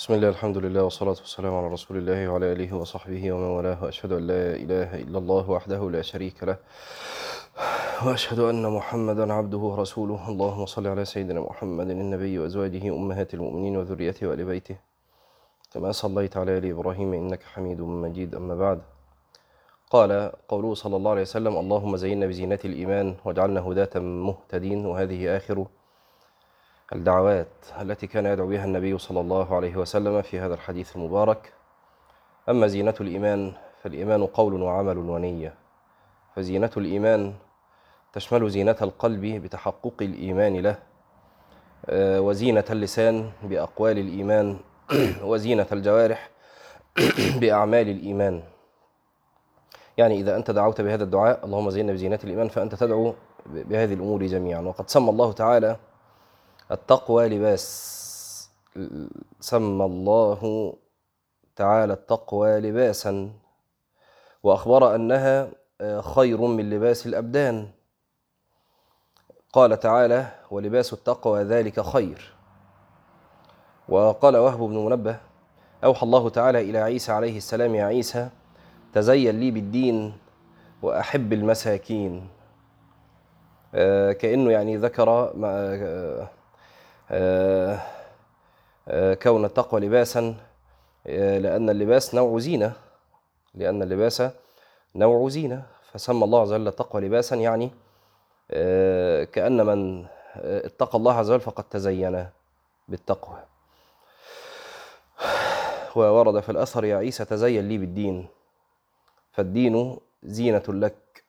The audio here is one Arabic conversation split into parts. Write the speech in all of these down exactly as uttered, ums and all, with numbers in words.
بسم الله، الحمد لله، والصلاة والسلام على رسول الله وعلى آله وصحبه ومن والاه، وأشهد أن لا إله إلا الله وحده لا شريك له، وأشهد أن محمدا عبده ورسوله. اللهم صل على سيدنا محمد النبي وأزواجه أمهات المؤمنين وذريته وآل بيته كما صليت على آل إبراهيم إنك حميد مجيد. أما بعد، قال قوله صلى الله عليه وسلم: اللهم زينا بزينة الإيمان واجعلنا هداة مهتدين. وهذه آخر الدعوات التي كان يدعو بها النبي صلى الله عليه وسلم في هذا الحديث المبارك. أما زينة الإيمان فالإيمان قول وعمل ونية. فزينة الإيمان تشمل زينة القلب بتحقق الإيمان له، وزينة اللسان بأقوال الإيمان، وزينة الجوارح بأعمال الإيمان. يعني إذا أنت دعوت بهذا الدعاء اللهم زينا بزينة الإيمان فأنت تدعو بهذه الأمور جميعا. وقد سمى الله تعالى التقوى لباس، سمى الله تعالى التقوى لباسا، وأخبر أنها خير من لباس الأبدان. قال تعالى: ولباس التقوى ذلك خير. وقال وهب بن منبه: أوحى الله تعالى إلى عيسى عليه السلام: يا عيسى تزين لي بالدين وأحب المساكين. آه كأنه يعني ذكر آه آه آه كون التقوى لباسا، آه لأن اللباس نوع زينة، لأن اللباس نوع زينة، فسمى الله عز وجل التقوى لباسا، يعني آه كأن من اتقى الله عز وجل فقد تزين بالتقوى. وورد في الأثر: يا عيسى تزين لي بالدين، فالدين زينة لك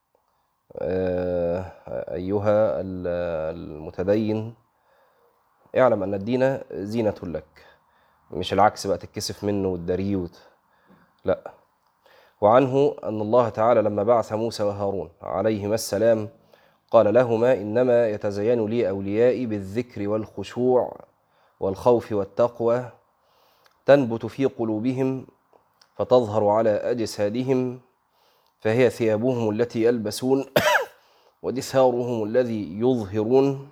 أيها المتدين، اعلم أن الدين زينة لك، مش العكس بقى تتكسف منه والدريوت، لا. وعنه أن الله تعالى لما بعث موسى وهارون عليهما السلام قال لهما: إنما يتزين لي أوليائي بالذكر والخشوع والخوف والتقوى، تنبت في قلوبهم فتظهر على أجسادهم، فهي ثيابهم التي يلبسون ودثارهم الذي يظهرون،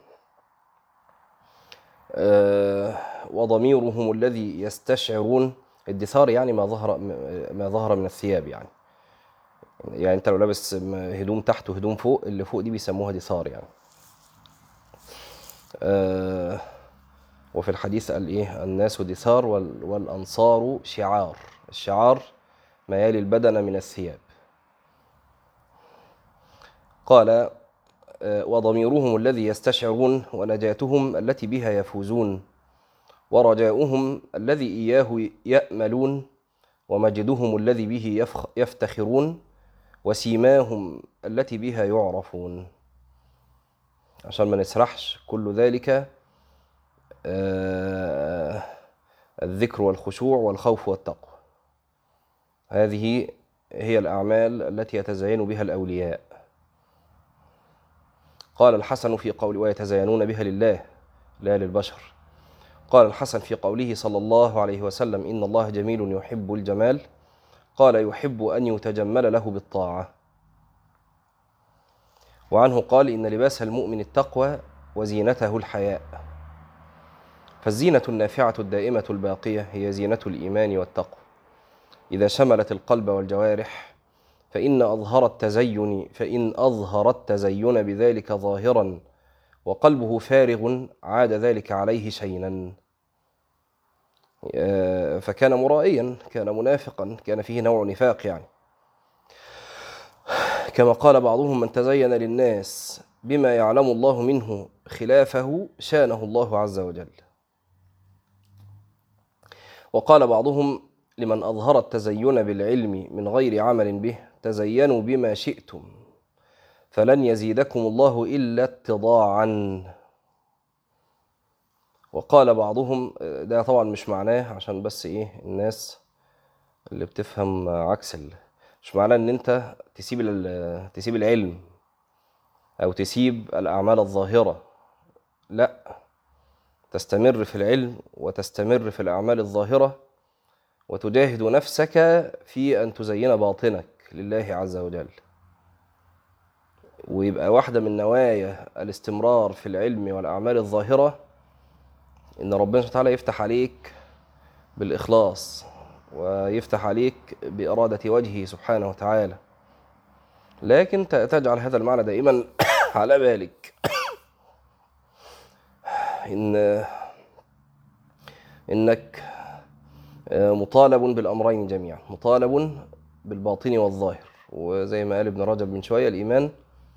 آه وضميرهم الذي يستشعرون. الدثار يعني ما ظهر ما ظهر من الثياب، يعني يعني انت لو لابس هدوم تحت وهدوم فوق، اللي فوق دي بيسموها دثار يعني. آه وفي الحديث قال ايه: الناس دثار والأنصار شعار. الشعار ما يلي البدن من الثياب. قال: وضميرهم الذي يستشعرون، ونجاتهم التي بها يفوزون، ورجاؤهم الذي إياه يأملون، ومجدهم الذي به يفتخرون، وسيماهم التي بها يعرفون. عشان ما نسرحش، كل ذلك آه الذكر والخشوع والخوف والتقوى، هذه هي الأعمال التي يتزين بها الأولياء. قال الحسن في قول: ويتزينون بها لله لا للبشر. قال الحسن في قوله صلى الله عليه وسلم: إن الله جميل يحب الجمال، قال: يحب أن يتجمل له بالطاعة. وعنه قال: إن لباس المؤمن التقوى وزينته الحياء. فالزينة النافعة الدائمة الباقية هي زينة الإيمان والتقوى، إذا شملت القلب والجوارح، فإن أظهر التزين فإن أظهر التزين بذلك ظاهرا وقلبه فارغ عاد ذلك عليه شينا، فكان مرائيا، كان منافقا، كان فيه نوع نفاق يعني. كما قال بعضهم: من تزين للناس بما يعلم الله منه خلافه شانه الله عز وجل. وقال بعضهم: لمن أظهر التزين بالعلم من غير عمل به تزينوا بما شئتم فلن يزيدكم الله إلا اتضاعا. وقال بعضهم، ده طبعا مش معناه، عشان بس ايه الناس اللي بتفهم عكس ال... مش معناه ان انت تسيب ال... تسيب العلم او تسيب الاعمال الظاهرة، لا، تستمر في العلم وتستمر في الاعمال الظاهرة، وتجاهد نفسك في ان تزين باطنك لله عز وجل. ويبقى واحدة من نوايا الاستمرار في العلم والاعمال الظاهرة ان ربنا سبحانه وتعالى يفتح عليك بالإخلاص ويفتح عليك بإرادة وجهه سبحانه وتعالى. لكن تجعل هذا المعنى دائما على بالك، إن إنك مطالب بالأمرين جميعا، مطالب بالباطن والظاهر. وزي ما قال ابن رجب من شوية، الإيمان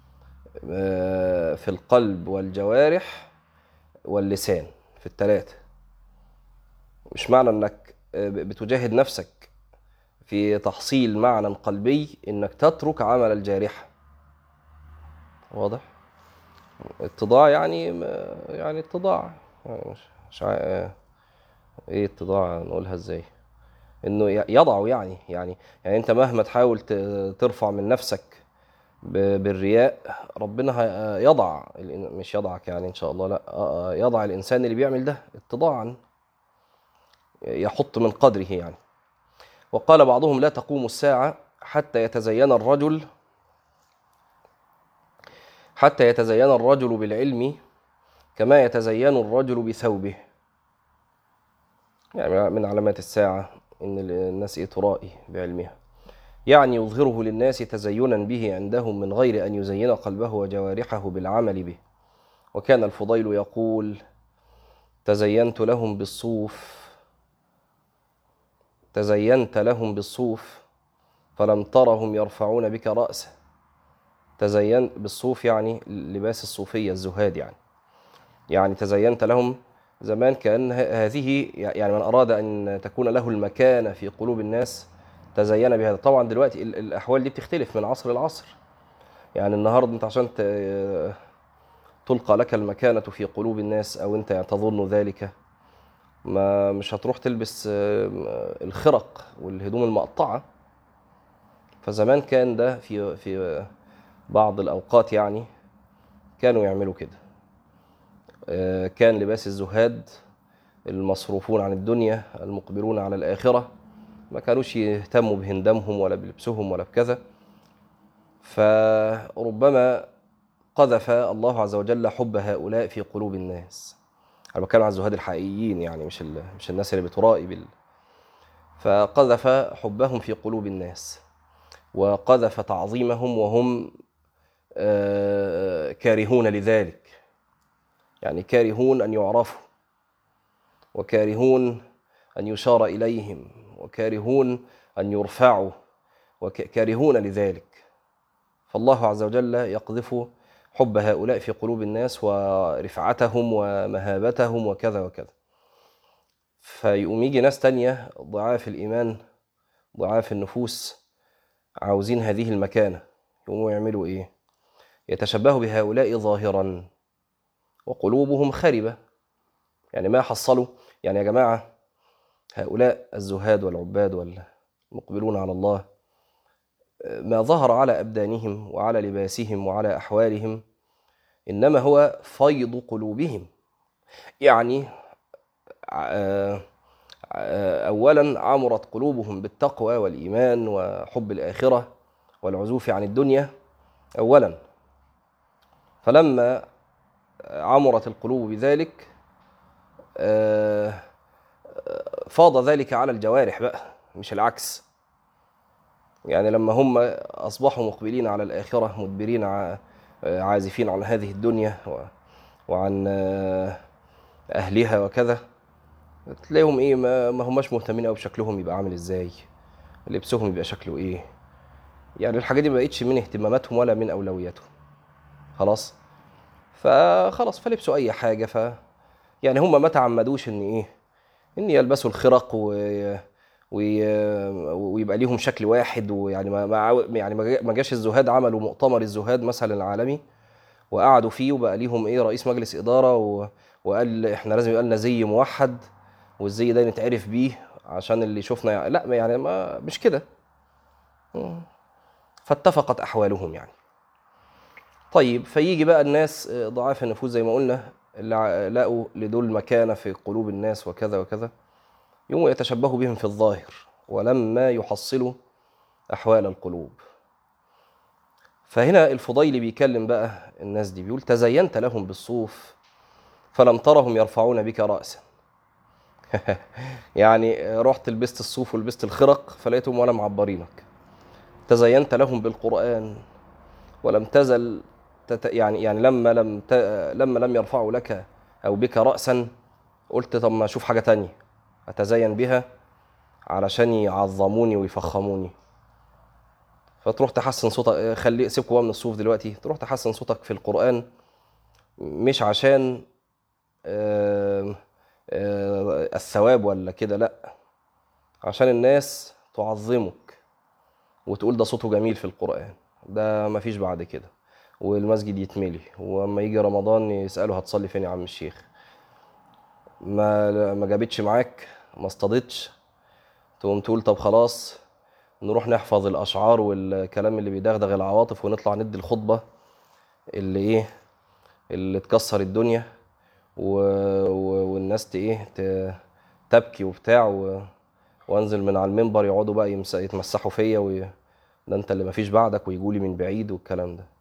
في القلب والجوارح واللسان، في الثلاثة. مش معنى إنك بتجاهد نفسك في تحصيل معنى قلبي إنك تترك عمل الجارحة. واضح؟ اتضاع يعني يعني اتضاع يعني مش مش ايه اتضاع نقولها ازاي؟ انه يضع يعني يعني يعني انت مهما تحاول ترفع من نفسك بالرياء، ربنا يضع، مش يضعك يعني ان شاء الله، لا، يضع الانسان اللي بيعمل ده اتضاعا، يحط من قدره يعني. وقال بعضهم: لا تقوم الساعة حتى يتزين الرجل حتى يتزين الرجل بالعلم كما يتزين الرجل بثوبه. يعني من علامات الساعة إن الناس ترائي بعلمها، يعني يظهره للناس تزينا به عندهم من غير أن يزين قلبه وجوارحه بالعمل به. وكان الفضيل يقول: تزينت لهم بالصوف تزينت لهم بالصوف فلم ترهم يرفعون بك رأسا. تزين بالصوف يعني لباس الصوفية، الزهاد يعني. يعني تزينت لهم زمان، كأن هذه يعني من أراد أن تكون له المكانة في قلوب الناس تزين بهذا. طبعا دلوقتي الأحوال دي بتختلف من عصر لعصر. يعني النهاردة أنت عشان تلقى لك المكانة في قلوب الناس، أو أنت تظن ذلك، ما مش هتروح تلبس الخرق والهدوم المقطعة. فزمان كان ده في في بعض الأوقات يعني كانوا يعملوا كده. كان لباس الزهاد المصروفون عن الدنيا المقبلون على الآخرة، ما كانوش يهتموا بهندمهم ولا بلبسهم ولا بكذا. فربما قذف الله عز وجل حب هؤلاء في قلوب الناس. أنا بتكلم عن الزهاد الحقيقيين يعني، مش مش الناس اللي بترائي بال فقذف حبهم في قلوب الناس، وقذف تعظيمهم وهم كارهون لذلك. يعني كارهون أن يعرفوا، وكارهون أن يشار إليهم، وكارهون أن يرفعوا، وكارهون لذلك. فالله عز وجل يقذف حب هؤلاء في قلوب الناس ورفعتهم ومهابتهم وكذا وكذا. فيقوم يجي ناس تانية ضعاف الإيمان ضعاف النفوس عاوزين هذه المكانة، يقوموا يعملوا إيه؟ يتشبهوا بهؤلاء ظاهرا وقلوبهم خربة. يعني ما حصلوا. يعني يا جماعة، هؤلاء الزهاد والعباد والمقبلون على الله، ما ظهر على أبدانهم وعلى لباسهم وعلى أحوالهم إنما هو فيض قلوبهم. يعني أولا عمرت قلوبهم بالتقوى والإيمان وحب الآخرة والعزوف عن الدنيا أولا. فلما عمرت القلوب بذلك فاض ذلك على الجوارح بقى، مش العكس. يعني لما هم أصبحوا مقبلين على الآخرة مدبرين عازفين عن هذه الدنيا وعن أهلها وكذا، تلاقيهم إيه ما هماش مهتمين أو بشكلهم يبقى عامل إزاي، لبسهم يبقى شكله إيه. يعني الحاجات دي ما بقتش من اهتماماتهم ولا من أولوياتهم خلاص. فخلاص فلبسوا أي حاجة. ف يعني هم ما تعمدوش إن إيه إن يلبسوا الخرق و ويبقى ليهم شكل واحد. ويعني ما يعني ما جاش الزهاد عملوا مؤتمر الزهاد مثلا العالمي وقعدوا فيه وبقى ليهم ايه رئيس مجلس اداره و... وقال احنا لازم يبقى لنا زي موحد والزي ده نتعرف بيه عشان اللي شفنا يعني. لا يعني ما مش كده. فاتفقت احوالهم يعني. طيب فيجي بقى الناس ضعاف النفوس زي ما قلنا اللي لقوا لدول مكانه في قلوب الناس وكذا وكذا، يوم يتشبهوا بهم في الظاهر ولما يحصلوا أحوال القلوب. فهنا الفضيل بيكلم بقى الناس دي، بيقول: تزينت لهم بالصوف فلم ترهم يرفعون بك رأسا. يعني رحت لبست الصوف ولبست الخرق فلقيتهم ولا معبرينك. تزينت لهم بالقرآن ولم تزل تت... يعني يعني لما لم ت... لما لم يرفعوا لك أو بك رأسا، قلت طب ما أشوف حاجة تانية أتزين بها علشان يعظموني ويفخموني. فتروح تحسن صوتك، خلي سيبكوا بقى من الصوف دلوقتي، تروح تحسن صوتك في القرآن، مش عشان آه، آه، الثواب ولا كده، لا، عشان الناس تعظمك وتقول ده صوته جميل في القرآن، ده مفيش بعد كده، والمسجد يتملي، واما يجي رمضان يسأله هتصلي فين يا عم الشيخ. ما ما جابتش معاك، ما اصطادتش، تقوم تقول طب خلاص نروح نحفظ الأشعار والكلام اللي بيدغدغ العواطف ونطلع ندي الخطبة اللي ايه، اللي تكسر الدنيا و... و... والناس ت... ايه ت... تبكي وبتاع و... وانزل من على المنبر يقعدوا بقى يمس... يتمسحوا فيا و... ده انت اللي مفيش بعدك ويجولي من بعيد والكلام ده.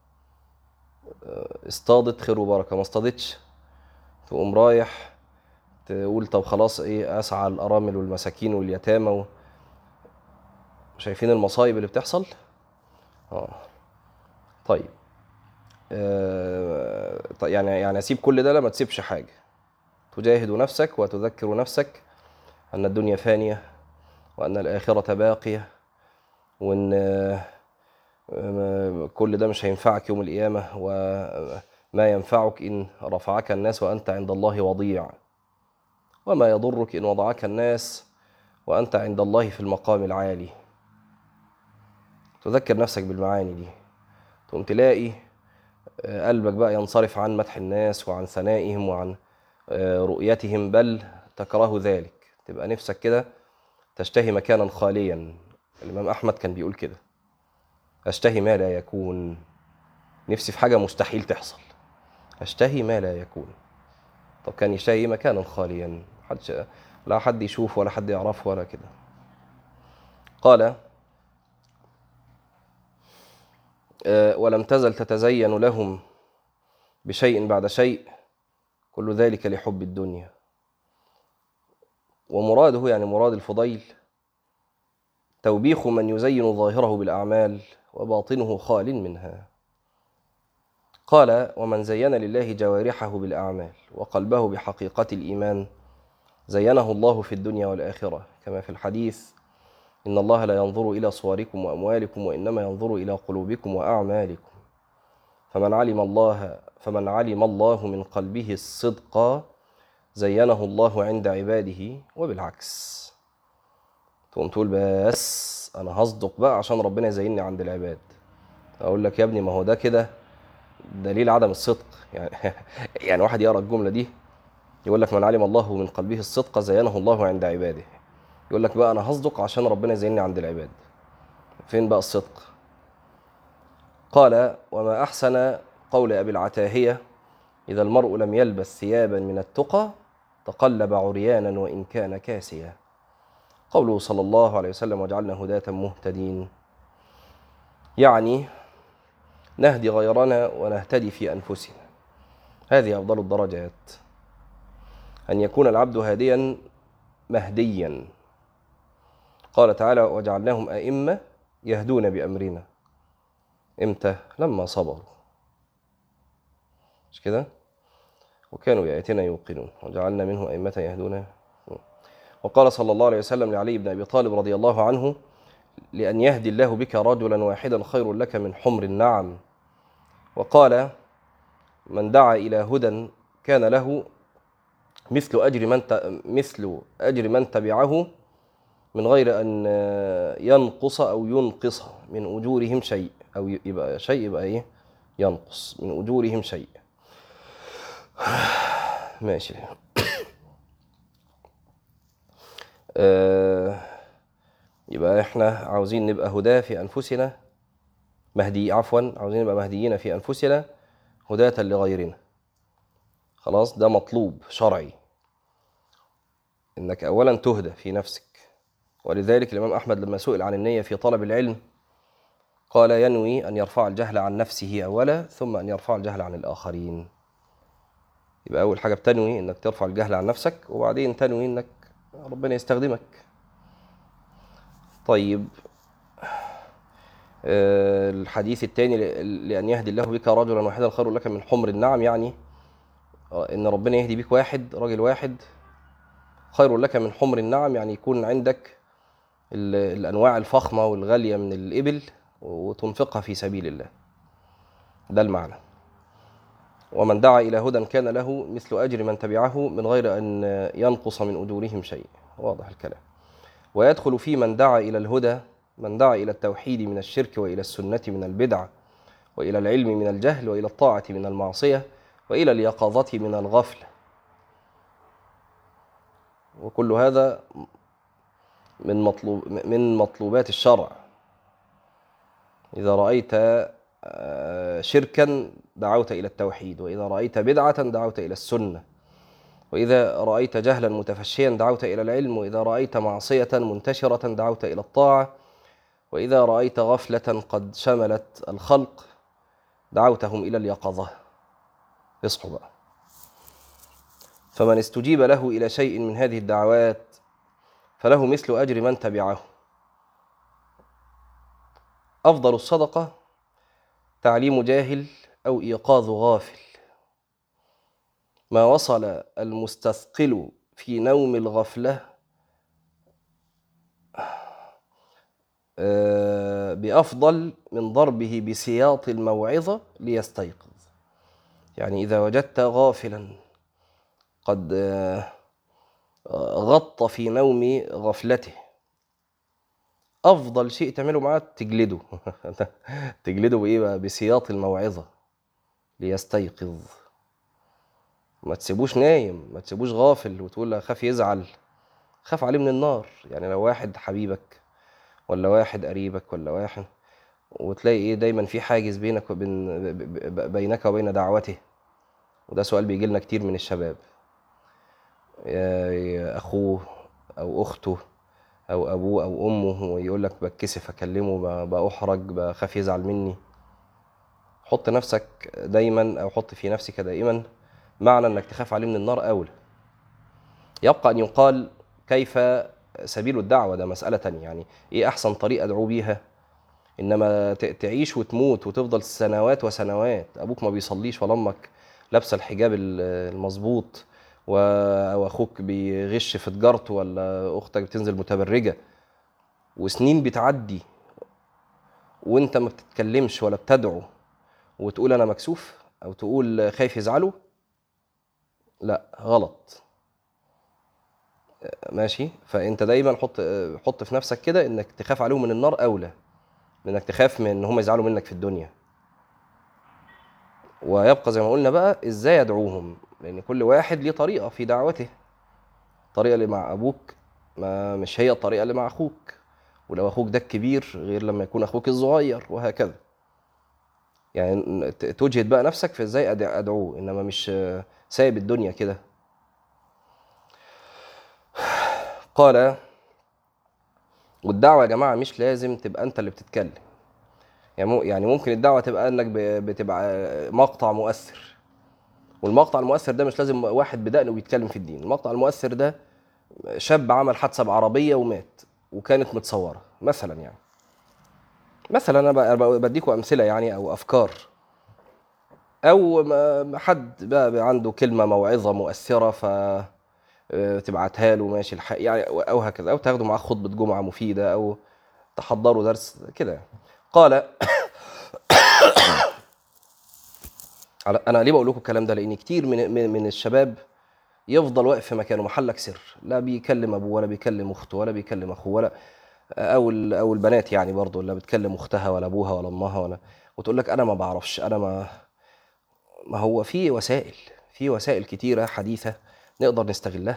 اصطادت خير وبركه، ما اصطادتش تقوم رايح تقول طب خلاص ايه اسعى الارامل والمساكين واليتامى و... شايفين المصايب اللي بتحصل. اه طيب. آه... طيب يعني يعني اسيب كل ده؟ لا، ما تسيبش حاجه، تجاهد نفسك وتذكر نفسك ان الدنيا فانيه وان الاخره باقيه، وان كل ده مش هينفعك يوم القيامة، وما ينفعك إن رفعك الناس وأنت عند الله وضيع، وما يضرك إن وضعك الناس وأنت عند الله في المقام العالي. تذكر نفسك بالمعاني دي، تقوم تلاقي قلبك بقى ينصرف عن مدح الناس وعن ثنائهم وعن رؤيتهم، بل تكره ذلك، تبقى نفسك كده تشتهي مكانا خاليا. الإمام أحمد كان بيقول كده، أشتهي ما لا يكون، نفسي في حاجة مستحيل تحصل، أشتهي ما لا يكون. طب كان يشتهي مكانا خاليا، حدش لا حد يشوف ولا حد يعرفه ولا كده. قال أه ولم تزل تتزين لهم بشيء بعد شيء، كل ذلك لحب الدنيا. ومراده يعني مراد الفضيل توبيخ من يزين ظاهره بالأعمال وباطنه خال منها. قال ومن زين لله جوارحه بالأعمال وقلبه بحقيقة الإيمان زينه الله في الدنيا والآخرة، كما في الحديث إن الله لا ينظر إلى صوركم وأموالكم وإنما ينظر إلى قلوبكم وأعمالكم، فمن علم الله فمن علم الله من قلبه الصدق زينه الله عند عباده وبالعكس. تقوم تقول بس أنا هصدق بقى عشان ربنا يزينني عند العباد. أقول لك يا ابني ما هو ده كده دليل عدم الصدق. يعني يعني واحد يقرأ الجملة دي يقول لك من علم الله من قلبه الصدق زينه الله عند عباده، يقول لك بقى أنا هصدق عشان ربنا يزينني عند العباد. فين بقى الصدق؟ قال وما أحسن قول أبي العتاهية إذا المرء لم يلبس ثيابا من التقى تقلب عريانا وإن كان كاسيا. قوله صلى الله عليه وسلم وجعلنا هداة مهتدين، يعني نهدي غيرنا ونهتدي في أنفسنا، هذه أفضل الدرجات، أن يكون العبد هاديا مهديا. قال تعالى وجعلناهم أئمة يهدون بأمرنا، إمتى؟ لما صبروا، مش كده؟ وكانوا بآياتنا يوقنون وجعلنا منهم أئمة يهدون. وقال صلى الله عليه وسلم لعلي بن أبي طالب رضي الله عنه لأن يهدي الله بك رجلا واحدا خير لك من حمر النعم. وقال من دعا إلى هدى كان له مثل أجر من مثل أجر من تبعه من غير أن ينقص أو ينقص من أجورهم شيء، أو يبقى شيء يبقى إيه ينقص من أجورهم شيء. ماشي. آه يبقى احنا عاوزين نبقى هداة في أنفسنا، مهدي عفوا عاوزين نبقى مهديين في أنفسنا هداة لغيرنا. خلاص ده مطلوب شرعي، إنك أولا تهدى في نفسك. ولذلك الإمام أحمد لما سئل عن النية في طلب العلم قال ينوي أن يرفع الجهل عن نفسه أولا ثم أن يرفع الجهل عن الآخرين. يبقى أول حاجة بتنوي إنك ترفع الجهل عن نفسك، وبعدين تنوي إنك ربنا يستخدمك. طيب، الحديث الثاني، لأن يهدي الله بك رجلا واحدا خير لك من حمر النعم، يعني إن ربنا يهدي بك واحد، راجل واحد، خير لك من حمر النعم، يعني يكون عندك الأنواع الفخمة والغالية من الإبل وتنفقها في سبيل الله. ده المعنى. ومن دعا إلى هدى كان له مثل أجر من تبعه من غير أن ينقص من أجورهم شيء. واضح الكلام. ويدخل في من دعا إلى الهدى من دعا إلى التوحيد من الشرك، وإلى السنة من البدع، وإلى العلم من الجهل، وإلى الطاعة من المعصية، وإلى اليقظة من الغفلة. وكل هذا من مطلوب من مطلوبات الشرع. إذا رأيت شركا دعوت إلى التوحيد، وإذا رأيت بدعة دعوت إلى السنة، وإذا رأيت جهلا متفشيا دعوت إلى العلم، وإذا رأيت معصية منتشرة دعوت إلى الطاعة، وإذا رأيت غفلة قد شملت الخلق دعوتهم إلى اليقظة. اصحوا بقى. فمن استجيب له إلى شيء من هذه الدعوات فله مثل أجر من تبعه. أفضل الصدقة تعليم جاهل أو إيقاظ غافل. ما وصل المستثقل في نوم الغفلة بأفضل من ضربه بسياط الموعظة ليستيقظ. يعني إذا وجدت غافلا قد غط في نوم غفلته، أفضل شيء تعمله معاه تجلده. تجلده بإيه بقى؟ بسياط الموعظة ليستيقظ. ما تسيبوش نايم، ما تسيبوش غافل وتقول له خاف يزعل. خاف عليه من النار. يعني لو واحد حبيبك ولا واحد قريبك ولا واحد، وتلاقي ايه دايما في حاجز بينك وبين بينك وبين دعوته. وده سؤال بيجي لنا كتير من الشباب. اخوه او اخته او ابوه او امه، ويقول لك بتكسف اكلمه، باحرج، بخاف يزعل مني. حط نفسك دايما، او حط في نفسك دائما معنى انك تخاف عليه من النار اولى. يبقى ان يقال كيف سبيل الدعوة، ده مسألة تانية. يعني ايه احسن طريقة ادعو بيها؟ انما تعيش وتموت وتفضل سنوات وسنوات ابوك ما بيصليش، ولا امك لابسه الحجاب المظبوط، واخوك بيغش في تجارته، ولا اختك بتنزل متبرجه، وسنين بتعدي وانت ما بتتكلمش ولا بتدعو، وتقول انا مكسوف او تقول خايف يزعلوا. لا، غلط. ماشي. فانت دايما حط حط في نفسك كده انك تخاف عليهم من النار اولى من انك تخاف من ان هم يزعلوا منك في الدنيا. ويبقى زي ما قلنا بقى ازاي ادعوهم، لان كل واحد ليه طريقه في دعوته. الطريقه اللي مع ابوك ما مش هي الطريقه اللي مع اخوك، ولو اخوك ده الكبير غير لما يكون اخوك الصغير، وهكذا. يعني تجهد بقى نفسك في ازاي ادعوه، انما مش سايب الدنيا كده. قال: والدعوه يا جماعه مش لازم تبقى انت اللي بتتكلم. يعني ممكن الدعوه تبقى انك بتبقى مقطع مؤثر، والمقطع المؤثر ده مش لازم واحد بدقنه بيتكلم في الدين. المقطع المؤثر ده شاب عمل حادثه بعربيه ومات وكانت متصوره مثلا. يعني مثلا انا بديكوا امثله يعني، او افكار، او حد بقى عنده كلمه موعظه مؤثره فتبعتها له ماشي الحق يعني، او هكذا، او تاخدوا معاه خطبه جمعه مفيده، او تحضروا درس كده. قال: انا ليه بقول لكم الكلام ده؟ لان كتير من من الشباب يفضل واقف في مكانه محلك سر، لا بيكلم ابوه ولا بيكلم اخته ولا بيكلم اخوه، ولا او او البنات يعني برضه، لا بتكلم اختها ولا ابوها ولا امها، ولا وتقول لك انا ما بعرفش، انا ما ما هو في وسائل في وسائل كتيره حديثه نقدر نستغلها.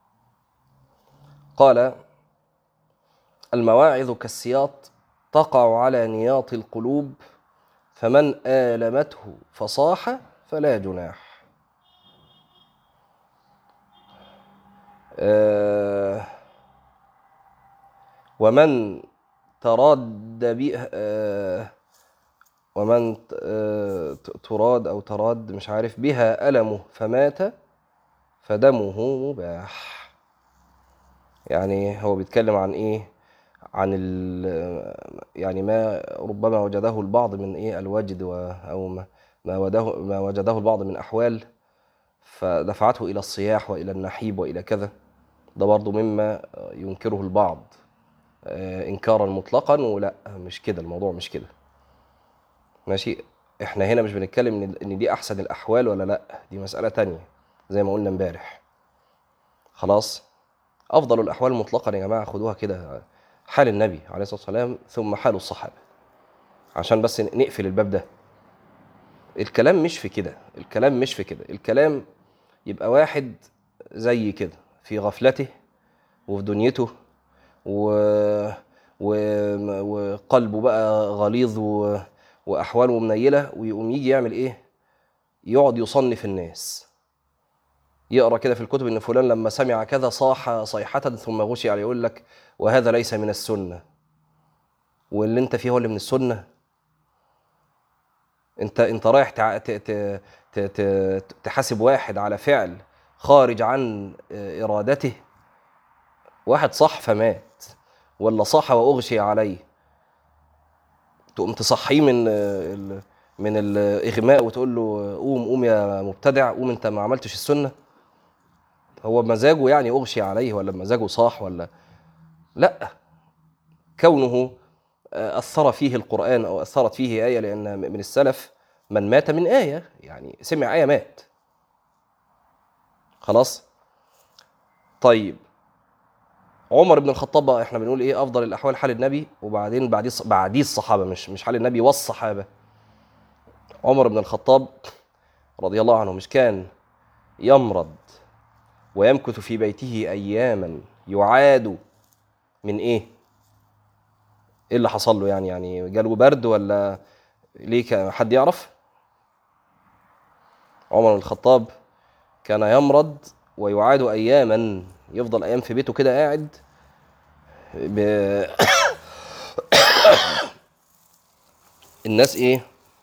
قال: المواعظ كالسياط تقع على نياط القلوب، فمن آلمته فصاح فلا جناح. آه ومن تراد بها آه ومن آه تراد أو تراد مش عارف بها ألمه فمات فدمه مباح. يعني هو بيتكلم عن ايه؟ عن ال يعني ما ربما وجده البعض من ايه الوجد و او ما ما وجده ما وجده البعض من احوال فدفعته الى الصياح والى النحيب والى كذا. ده برضو مما ينكره البعض آه، انكارا مطلقا، ولا مش كده الموضوع، مش كده. ماشي. احنا هنا مش بنتكلم ان إن دي احسن الاحوال ولا لا، دي مسألة تانية زي ما قلنا امبارح. خلاص. افضل الاحوال مطلقا يا جماعة خدوها كده، حال النبي عليه الصلاة والسلام ثم حال الصحابة، عشان بس نقفل الباب ده. الكلام مش في كده، الكلام مش في كده، الكلام يبقى واحد زي كده في غفلته وفي دنيته و... و... وقلبه بقى غليظ و... وأحواله منيلة، ويقوم يجي يعمل إيه؟ يقعد يصنف الناس، يقرأ كده في الكتب إن فلان لما سمع كذا صاح صيحة ثم غشي عليه، يقول لك وهذا ليس من السنة. واللي أنت فيه هو اللي من السنة. أنت أنت رايح تع... ت... ت... ت... ت... تحاسب واحد على فعل خارج عن إرادته. واحد صح فمات، ولا صح وأغشي عليه، تقوم تصحيه من ال... من الإغماء وتقول له قوم قوم يا مبتدع، قوم أنت ما عملتش السنة. هو بمزاجه يعني أغشي عليه، ولا بمزاجه صاح، ولا لا؟ كونه أثر فيه القرآن أو أثرت فيه آية، لأن من السلف من مات من آية، يعني سمع آية مات. خلاص. طيب عمر بن الخطاب بقى احنا بنقول ايه افضل الاحوال حال النبي، وبعدين بعديه بعديه الصحابه، مش مش حال النبي والصحابه. عمر بن الخطاب رضي الله عنه مش كان يمرض ويمكث في بيته اياما يعاد من ايه؟ ايه اللي حصل له؟ يعني يعني جاله برد ولا ليه؟ حد يعرف؟ عمر بن الخطاب كان يمرض ويعاد اياما، يفضل ايام في بيته كده قاعد ب... الناس ايه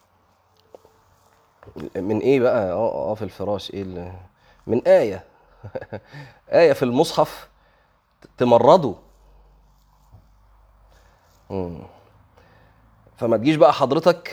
من ايه بقى؟ اه اه في الفراش ايه اللي... من آية آية في المصحف تمرضه. مم. فما تجيش بقى حضرتك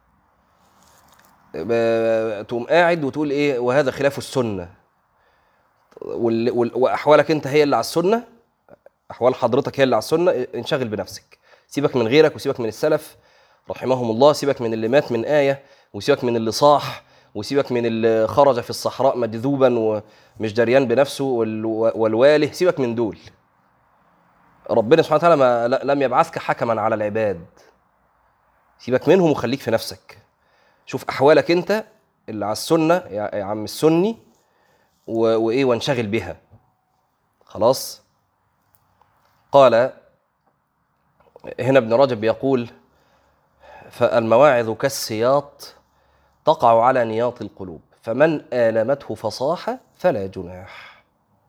ب- تقوم قاعد وتقول ايه وهذا خلاف السنة، وال... وال... واحوالك انت هي اللي على السنة، احوال حضرتك هي اللي على السنة. انشغل بنفسك، سيبك من غيرك وسيبك من السلف رحمهم الله، سيبك من اللي مات من آية، وسيبك من اللي صاح، وسيبك من اللي خرج في الصحراء مجذوبا ومش دريان بنفسه وال... والواله، سيبك من دول. ربنا سبحانه وتعالى ما لم يبعثك حكما على العباد، سيبك منهم وخليك في نفسك. شوف احوالك انت اللي على السنه يا عم السني، وايه وانشغل بها. خلاص. قال هنا ابن رجب يقول فالمواعظ كالسياط تقع على نياط القلوب، فمن آلمته فصاح فلا جناح،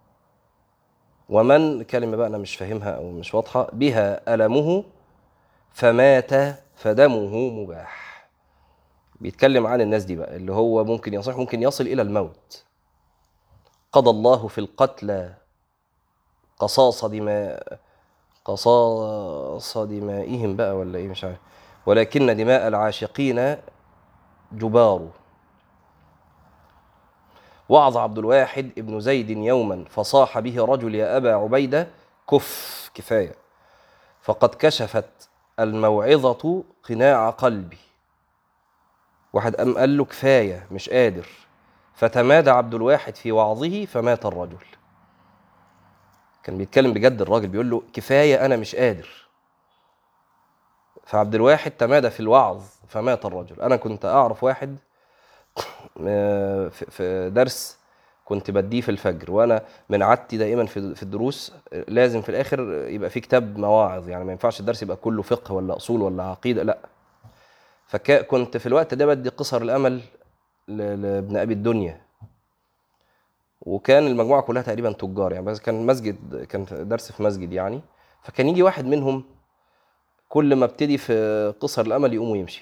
ومن كلمة بقى أنا مش فاهمها أو مش واضحة بها ألمه فمات فدمه مباح. بيتكلم عن الناس دي بقى اللي هو ممكن يصح ممكن يصل إلى الموت. قضى الله في القتلى قصاص دماء قصاص دمائهم بقى ولا ايه مش عارف، ولكن دماء العاشقين جبار. وعظ عبد الواحد ابن زيد يوما فصاح به رجل يا أبا عبيدة كف كفاية، فقد كشفت الموعظة قناع قلبي. واحد قام قال له كفاية مش قادر، فتمادى عبد الواحد في وعظه فمات الرجل. كان بيتكلم بجد، الراجل بيقول له كفاية أنا مش قادر، فعبد الواحد تمادى في الوعظ فمات الرجل. أنا كنت أعرف واحد في درس كنت بديه في الفجر، وأنا من عادتي دائما في الدروس لازم في الآخر يبقى في كتاب مواعظ، يعني ما ينفعش الدرس يبقى كله فقه ولا أصول ولا عقيدة، لا. فكنت في الوقت ده بدي قصر الأمل لابن أبي الدنيا، وكان المجموعة كلها تقريبا تجار يعني، بس كان مسجد، كان درس في مسجد يعني. فكان يجي واحد منهم كل ما ابتدي في قصر الأمل يقوم ويمشي،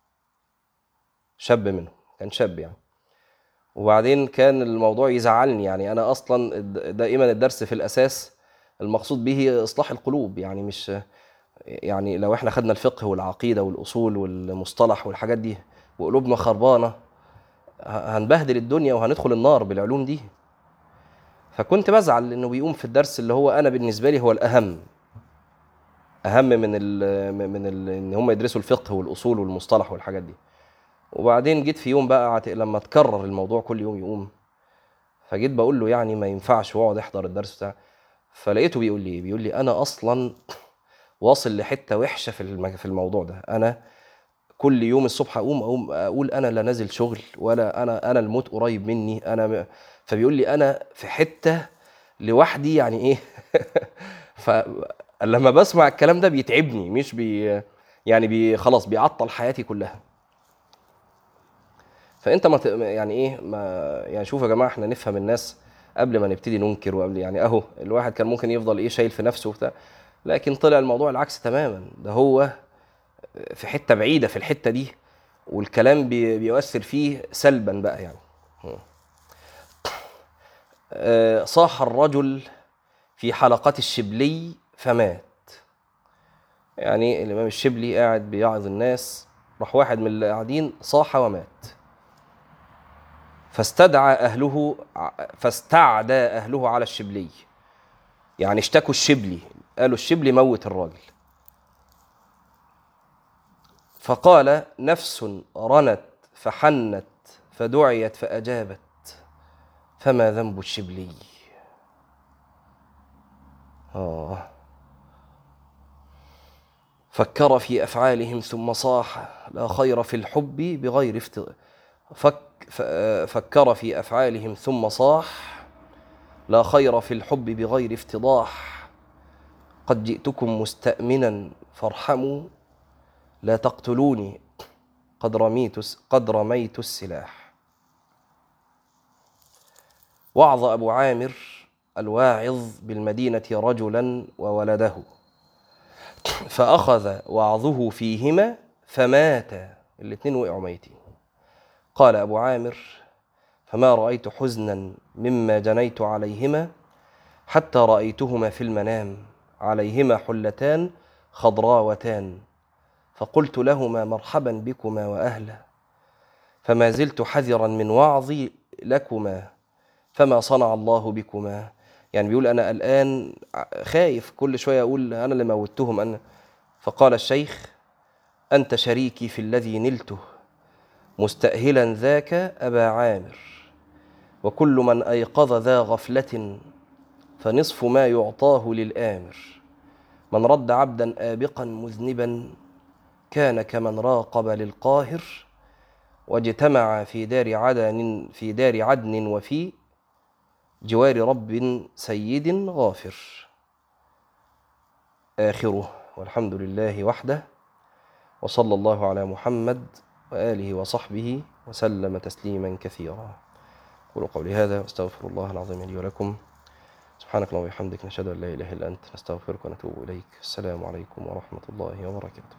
شاب منهم، كان شاب يعني. وبعدين كان الموضوع يزعلني، يعني أنا أصلا دائما الدرس في الأساس المقصود به إصلاح القلوب، يعني مش يعني لو احنا خدنا الفقه والعقيدة والأصول والمصطلح والحاجات دي وقلوبنا خربانة هنبهدل الدنيا وهندخل النار بالعلوم دي. فكنت بزعل انه بيقوم في الدرس اللي هو انا بالنسبة لي هو الأهم، أهم من ال من ال ان هم يدرسوا الفقه والأصول والمصطلح والحاجات دي. وبعدين جيت في يوم بقى لما تكرر الموضوع كل يوم يقوم، فجيت بقول له يعني ما ينفعش واقعد احضر الدرس بتاع. فلقيته بيقول لي بيقول لي انا اصلا واصل لحته وحشه في في الموضوع ده. انا كل يوم الصبح اقوم اقوم اقول انا لا نازل شغل ولا انا انا الموت قريب مني انا م... فبيقول لي انا في حته لوحدي يعني ايه. فلما بسمع الكلام ده بيتعبني، مش بي يعني بي خلاص بيعطل حياتي كلها. فانت ما ت... يعني ايه ما يعني شوف يا جماعه احنا نفهم الناس قبل ما نبتدي ننكر، وقبل يعني اهو الواحد كان ممكن يفضل ايه شايل في نفسه وبتاع، لكن طلع الموضوع العكس تماما. ده هو في حته بعيده في الحته دي، والكلام بي... بيؤثر فيه سلبا بقى يعني. آه، صاح الرجل في حلقة الشبلي فمات. يعني الإمام الشبلي قاعد بيعظ الناس، راح واحد من اللي قاعدين صاح ومات. فاستدعى أهله فاستعدى أهله على الشبلي، يعني اشتكوا الشبلي، قالوا الشبلي موت الراجل. فقال نفس رنت فحنت فدعيت فأجابت، فما ذنب الشبلي. آه فكر في أفعالهم ثم صاح لا خير في الحب بغير افتضاح. فك فكر في أفعالهم ثم صاح لا خير في الحب بغير افتضاح. قد جئتكم مستأمنا فارحموا لا تقتلوني قد رميت قد رميت السلاح. وعظ أبو عامر الواعظ بالمدينة رجلا وولده، فأخذ وعظه فيهما فمات، الاثنين وقعوا ميتين. قال أبو عامر فما رأيت حزنا مما جنيت عليهما حتى رأيتهما في المنام عليهما حلتان خضراوتان، فقلت لهما مرحبا بكما وأهلا، فما زلت حذرا من وعظي لكما فما صنع الله بكما. يعني بيقول أنا الآن خايف كل شوية أقول أنا اللي موتهم أنا. فقال الشيخ أنت شريكي في الذي نلته مستأهلا ذاك أبا عامر، وكل من أيقظ ذا غفلة فنصف ما يعطاه للآمر. من رد عبدا آبقا مذنبا كان كمن راقب للقاهر، واجتمع في دار عدن في دار عدن وفي جوار رب سيد غافر. آخره والحمد لله وحده، وصلى الله على محمد وآله وصحبه وسلم تسليما كثيرا. أقول قولي هذا واستغفر الله العظيم لي ولكم. سبحانك اللهم وبحمدك نشهد أن لا إله إلا أنت نستغفرك ونتوب إليك. السلام عليكم ورحمة الله وبركاته.